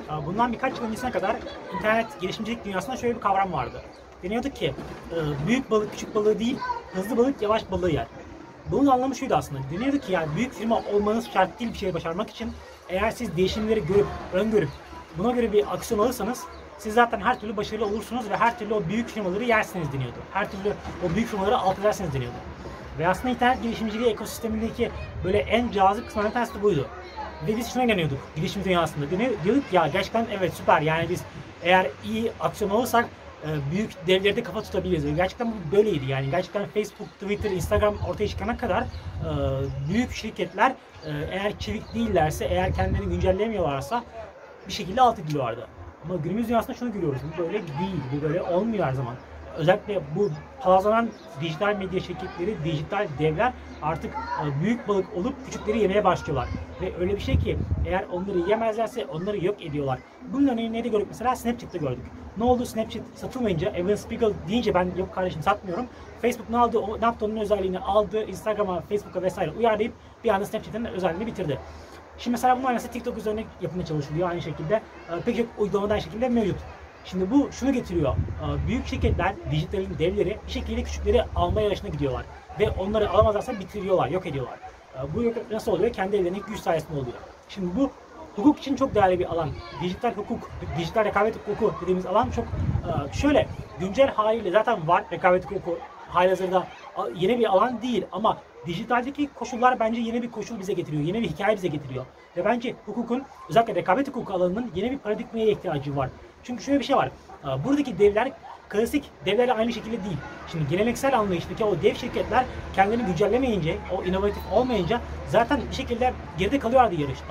Bundan birkaç yıl öncesine kadar internet girişimcilik dünyasında şöyle bir kavram vardı. Deniyordu ki büyük balık küçük balığı değil, hızlı balık yavaş balığı yer. Bunun anlamı şuydu aslında. Deniyordu ki yani büyük firma olmanız şart değil bir şeyi başarmak için. Eğer siz değişimleri görüp, öngörüp buna göre bir aksiyon alırsanız siz zaten her türlü başarılı olursunuz ve her türlü o büyük firmaları yersiniz deniyordu. Her türlü o büyük firmaları alt edersiniz deniyordu. Ve aslında internet girişimciliği ekosistemindeki böyle en cazip kısımlardan tanesi de buydu. Ve biz şuna inanıyorduk girişim dünyasında. Diyorduk ya gerçekten evet süper yani biz eğer iyi aksiyon alırsak büyük devlerde kafa tutabiliriz. Ve gerçekten bu böyleydi yani. Gerçekten Facebook, Twitter, Instagram ortaya çıkana kadar büyük şirketler eğer çevik değillerse, eğer kendilerini güncelleyemiyorlarsa bir şekilde alt ediliyorlardı. Ama günümüz dünyasında şunu görüyoruz. Bu böyle değil. Bu böyle olmuyor her zaman. Özellikle bu pazarlanan dijital medya şirketleri, dijital devler artık büyük balık olup küçükleri yemeye başlıyorlar. Ve öyle bir şey ki eğer onları yemezlerse onları yok ediyorlar. Bunun örneğini nerede gördük? Mesela Snapchat'te gördük. Ne oldu? Snapchat satılmayınca, Evan Spiegel deyince ben yok kardeşim satmıyorum. Facebook ne yaptı onun özelliğini aldı, Instagram'a, Facebook'a vesaire uyarlayıp bir anda Snapchat'in özelliğini bitirdi. Şimdi mesela bunun aynısı TikTok üzerine yapılmaya çalışılıyor aynı şekilde. Pek çok uygulamada aynı şekilde mevcut. Şimdi bu şunu getiriyor. Büyük şirketler, dijitalin devleri bir şekilde küçükleri alma yarışına gidiyorlar. Ve onları alamazlarsa bitiriyorlar, yok ediyorlar. Bu nasıl oluyor? Kendi ellerindeki güç sayesinde oluyor. Şimdi bu hukuk için çok değerli bir alan. Dijital hukuk, dijital rekabet hukuku dediğimiz alan çok şöyle güncel haliyle zaten var rekabet hukuku halihazırda yeni bir alan değil ama dijitaldeki koşullar bence yeni bir koşul bize getiriyor. Yeni bir hikaye bize getiriyor. Ve bence hukukun özellikle rekabet hukuku alanının yeni bir paradigmaya ihtiyacı var. Çünkü şöyle bir şey var. Buradaki devler klasik devlerle aynı şekilde değil. Şimdi geleneksel anlayıştaki o dev şirketler kendini güncellemeyince, o inovatif olmayınca zaten bir şekilde geride kalıyorlardı yarışta.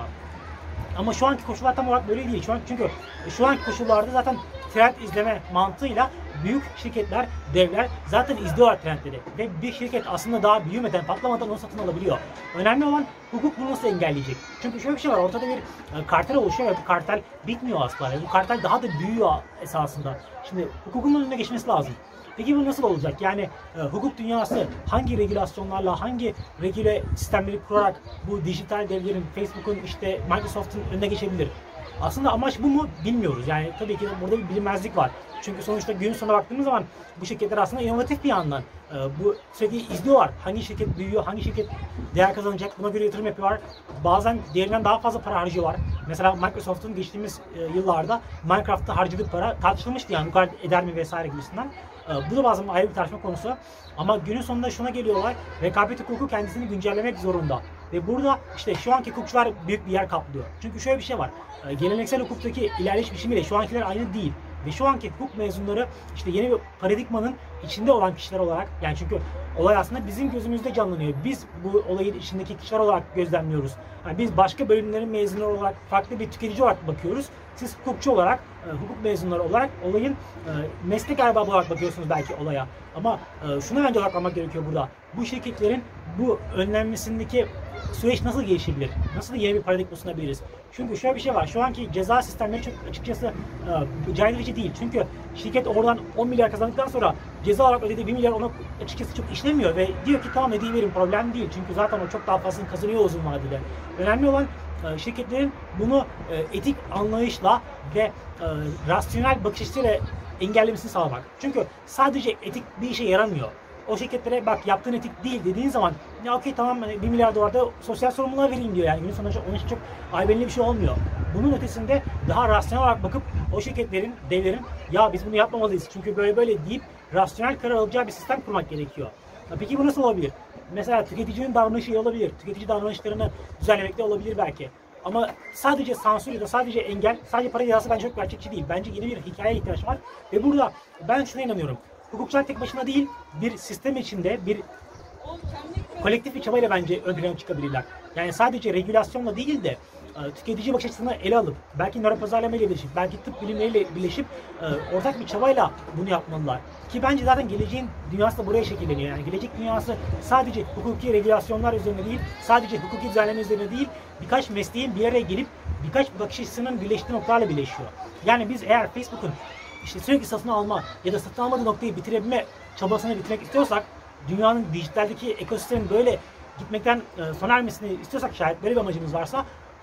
Ama şu anki koşullar tam olarak böyle değil. Çünkü şu anki koşullarda zaten trend izleme mantığıyla büyük şirketler, devler zaten izliyorlar trendleri. Ve bir şirket aslında daha büyümeden, patlamadan onu satın alabiliyor. Önemli olan hukuk bunu nasıl engelleyecek? Çünkü şöyle bir şey var, ortada bir kartel oluşuyor ve bu kartel bitmiyor asla. Bu kartel daha da büyüyor esasında. Şimdi hukukun önüne geçmesi lazım. Peki bu nasıl olacak? Yani hukuk dünyası hangi regülasyonlarla, hangi regüle sistemleri kurarak bu dijital devlerin, Facebook'un, işte Microsoft'un önüne geçebilir? Aslında amaç bu mu bilmiyoruz. Yani tabii ki burada bir bilinmezlik var. Çünkü sonuçta günün sonuna baktığımız zaman bu şirketler aslında inovatif bir yandan. Bu sürekli izliyorlar. Hangi şirket büyüyor, hangi şirket değer kazanacak, buna göre yatırım yapıyorlar. Bazen değerinden daha fazla para harcıyorlar. Mesela Microsoft'un geçtiğimiz yıllarda Minecraft'ta harcadığı para tartışılmıştı yani bu kadar eder mi vesaire gibisinden. Bu da bazen ayrı bir tartışma konusu. Ama günün sonunda şuna geliyorlar. Rekabet hukuku kendisini güncellemek zorunda. Ve burada işte şu anki hukukçular büyük bir yer kaplıyor. Çünkü şöyle bir şey var. Geleneksel hukuktaki ilerleyiş biçimiyle şu ankiler aynı değil. Ve şu anki hukuk mezunları işte yeni bir paradigmanın içinde olan kişiler olarak, yani çünkü olay aslında bizim gözümüzde canlanıyor. Biz bu olayın içindeki kişiler olarak gözlemliyoruz. Yani biz başka bölümlerin mezunları olarak farklı bir tüketici olarak bakıyoruz. Siz hukukçu olarak, hukuk mezunları olarak olayın meslek erbabı olarak bakıyorsunuz belki olaya. Ama şuna bence odaklanmak gerekiyor burada. Bu şirketlerin bu önlenmesindeki süreç nasıl gelişebilir? Nasıl yeni bir paradigma sunabiliriz? Çünkü şöyle bir şey var. Şu anki ceza sistemleri çok açıkçası caydırıcı değil. Çünkü şirket oradan 10 milyar kazandıktan sonra ceza olarak ödediği 1 milyar ona açıkçası çok işlemiyor ve diyor ki tamam ödeyiverin problem değil. Çünkü zaten o çok daha fazlasını kazanıyor uzun vadede. Önemli olan şirketlerin bunu etik anlayışla ve rasyonel bakış açısıyla engellemesini sağlamak. Çünkü sadece etik bir işe yaramıyor. O şirketlere bak yaptığın etik değil dediğin zaman ya okey tamam 1 milyar dolar da sosyal sorumluluğa vereyim diyor yani günün sonunda onun için çok albenili bir şey olmuyor. Bunun ötesinde daha rasyonel olarak bakıp o şirketlerin, devlerin ya biz bunu yapmamalıyız çünkü böyle böyle deyip rasyonel karar alacağı bir sistem kurmak gerekiyor. Peki bu nasıl olabilir? Mesela tüketicinin davranışı olabilir. Tüketici davranışlarını düzenlemekte olabilir belki. Ama sadece sansür ya da sadece engel, sadece para cezası bence çok gerçekçi değil. Bence yeni bir hikayeye ihtiyaç var. Ve burada ben şuna inanıyorum. Hukukçular tek başına değil, bir sistem içinde, bir kolektif bir çabayla bence ön plana çıkabilirler. Yani sadece regülasyonla değil de tüketici bakış açısını ele alıp, belki nöropazarlama ile birleşip, belki tıp bilimleriyle birleşip ortak bir çabayla bunu yapmalılar. Ki bence zaten geleceğin dünyası da buraya şekilleniyor. Yani gelecek dünyası sadece hukuki regülasyonlar üzerine değil, sadece hukuki düzenleme üzerine değil, birkaç mesleğin bir araya gelip birkaç bakış açısının birleştiği noktalarla birleşiyor. Yani biz eğer Facebook'un işte sürekli satın alma ya da satın almadığı noktayı bitirebilme çabasını bitirmek istiyorsak, dünyanın dijitaldeki ekosistemin böyle gitmekten sona ermesini istiyorsak şayet böyle bir amacımız varsa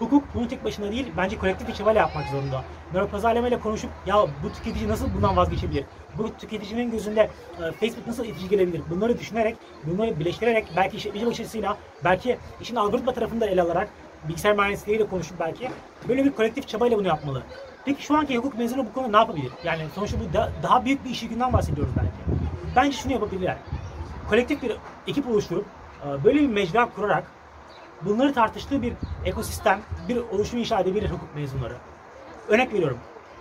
hukuk bunu tek başına değil, bence kolektif bir çabayla yapmak zorunda. Nöropazarlamayla konuşup ya bu tüketici nasıl bundan vazgeçebilir? Bu tüketicinin gözünde Facebook nasıl itici gelebilir? Bunları düşünerek, bunları birleştirerek, belki işletmeci bakış açısıyla, belki işin algoritma tarafında ele alarak, bilgisayar mühendisleriyle konuşup belki böyle bir kolektif çabayla bunu yapmalı. Peki şu anki hukuk mezunu bu konuda ne yapabilir? Yani sonuçta bu daha büyük bir iş yükünden bahsediyoruz belki. Bence şunu yapabilirler. Kolektif bir ekip oluşturup böyle bir mecra kurarak bunları tartıştığı bir ekosistem, bir oluşum inşa edebilir hukuk mezunları. Örnek veriyorum.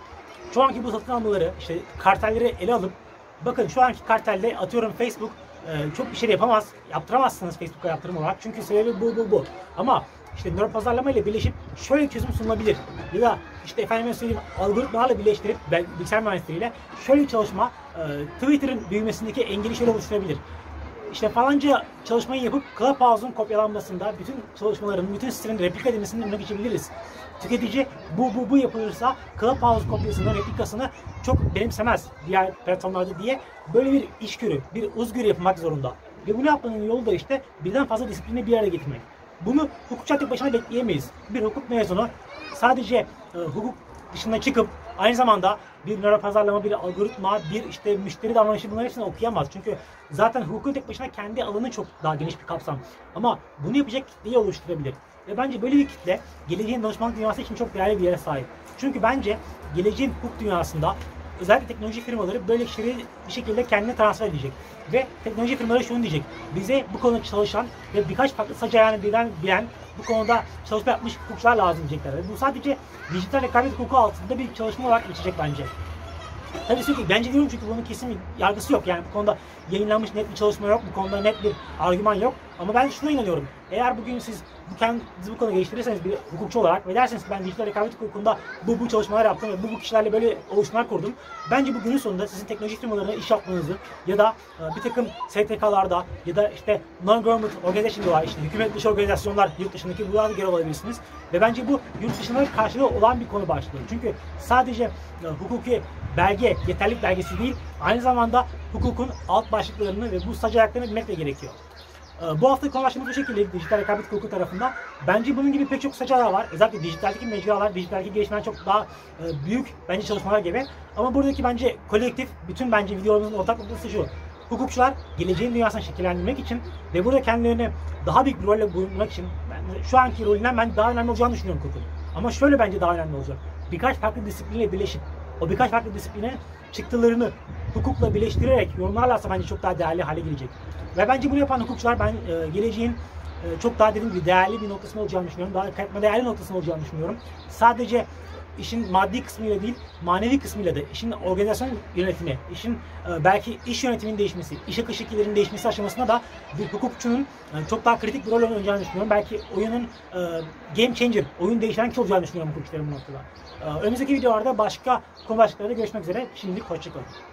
Şu anki bu satın almaları, işte kartelleri ele alıp, bakın şu anki kartelde atıyorum Facebook çok bir şey yapamaz, yaptıramazsınız Facebook'a yaptırım olarak. Çünkü sebebi bu. Ama işte nöropazarlama ile birleşip şöyle bir çözüm sunulabilir. Ya da işte efendime söyleyeyim algoritmalarla birleştirip bilgisayar mühendisleriyle şöyle bir çalışma Twitter'ın büyümesindeki engeli şöyle oluşturabilir. İşte falanca çalışmayı yapıp Clubhouse'un kopyalanmasında bütün çalışmaların, bütün sitenin replika edilmesinin önüne geçebiliriz. Tüketici bu yapılırsa Clubhouse kopyasını, replikasını çok benimsemez diğer platformlarda diye böyle bir içgörü, bir uzgörü yapmak zorunda. Ve bunu yapmanın yolu da işte birden fazla disiplini bir araya getirmek. Bunu hukukçu tek başına bekleyemeyiz. Bir hukuk mezunu sadece hukuk dışına çıkıp aynı zamanda bir nöropazarlama, bir algoritma, bir işte müşteri davranışı bunların hepsini okuyamaz. Çünkü zaten hukukun tek başına kendi alanı çok daha geniş bir kapsam. Ama bunu yapacak kitleyi oluşturabilir. Ve bence böyle bir kitle geleceğin danışmanlık dünyası için çok değerli bir yere sahip. Çünkü bence geleceğin hukuk dünyasında özellikle teknoloji firmaları böyle kişileri bir şekilde kendine transfer edecek. Ve teknoloji firmaları şunu diyecek. Bize bu konuda çalışan ve birkaç farklı saç ayağını bilen bu konuda çalışma yapmış hukukçular lazım diyecekler. Ve bu sadece dijital rekabet hukuku altında bir çalışma olarak geçecek bence. Tabii sürekli bence diyorum çünkü bunun kesin bir yargısı yok. Yani bu konuda yayınlanmış net bir çalışma yok. Bu konuda net bir argüman yok. Ama ben şuna inanıyorum. Eğer bugün siz kendinizi bu konuda geliştirirseniz bir hukukçu olarak ve derseniz ben dijital rekabet hukukunda bu çalışmalar yaptım ve bu kişilerle böyle oluşumlar kurdum. Bence bu günün sonunda sizin teknoloji firmalarına iş yapmanızı ya da bir takım STK'larda ya da işte non-government organization'da var, işte hükümet dışı organizasyonlar yurt dışındaki buralarda görev alabilirsiniz. Ve bence bu yurt dışında karşılığı olan bir konu başlığı. Çünkü sadece hukuki belge, yeterlilik belgesi değil, aynı zamanda hukukun alt başlıklarını ve bu sac ayaklarını bilmek de gerekiyor. Bu hafta konu başlığımız bu şekilde dijital rekabet hukuku tarafından. Bence bunun gibi pek çok saçlar var. Özellikle dijitaldeki mecralar, dijitaldeki gelişmeler çok daha büyük bence çalışmalar gibi. Ama buradaki bence kolektif, bütün bence videolarımızın ortak noktası şu. Hukukçular geleceğin dünyasını şekillendirmek için ve burada kendilerini daha büyük bir rolle bulunmak için şu anki rolünden ben daha önemli olacağını düşünüyorum hukukun. Ama şöyle bence daha önemli olacak. Birkaç farklı disiplinle birleşip o birkaç farklı disipline çıktılarını hukukla birleştirerek yorumlarlarsa bence çok daha değerli hale gelecek. Ve bence bunu yapan hukukçular ben geleceğin çok daha dediğim gibi değerli bir noktasında olacağını düşünüyorum. Daha katma değerli noktasında olacağını düşünüyorum. Sadece işin maddi kısmıyla değil, manevi kısmıyla da işin organizasyon yönetimi, işin belki iş yönetiminin değişmesi, iş akış şekillerinin değişmesi aşamasında da bir hukukçunun çok daha kritik bir rol oynayacağını düşünüyorum. Belki oyunun game changer, oyun değiştiren kişi olacağını düşünüyorum hukukçuların bu noktada. Önümüzdeki videolarda başka konu başlıklarında görüşmek üzere. Şimdilik hoşçakalın.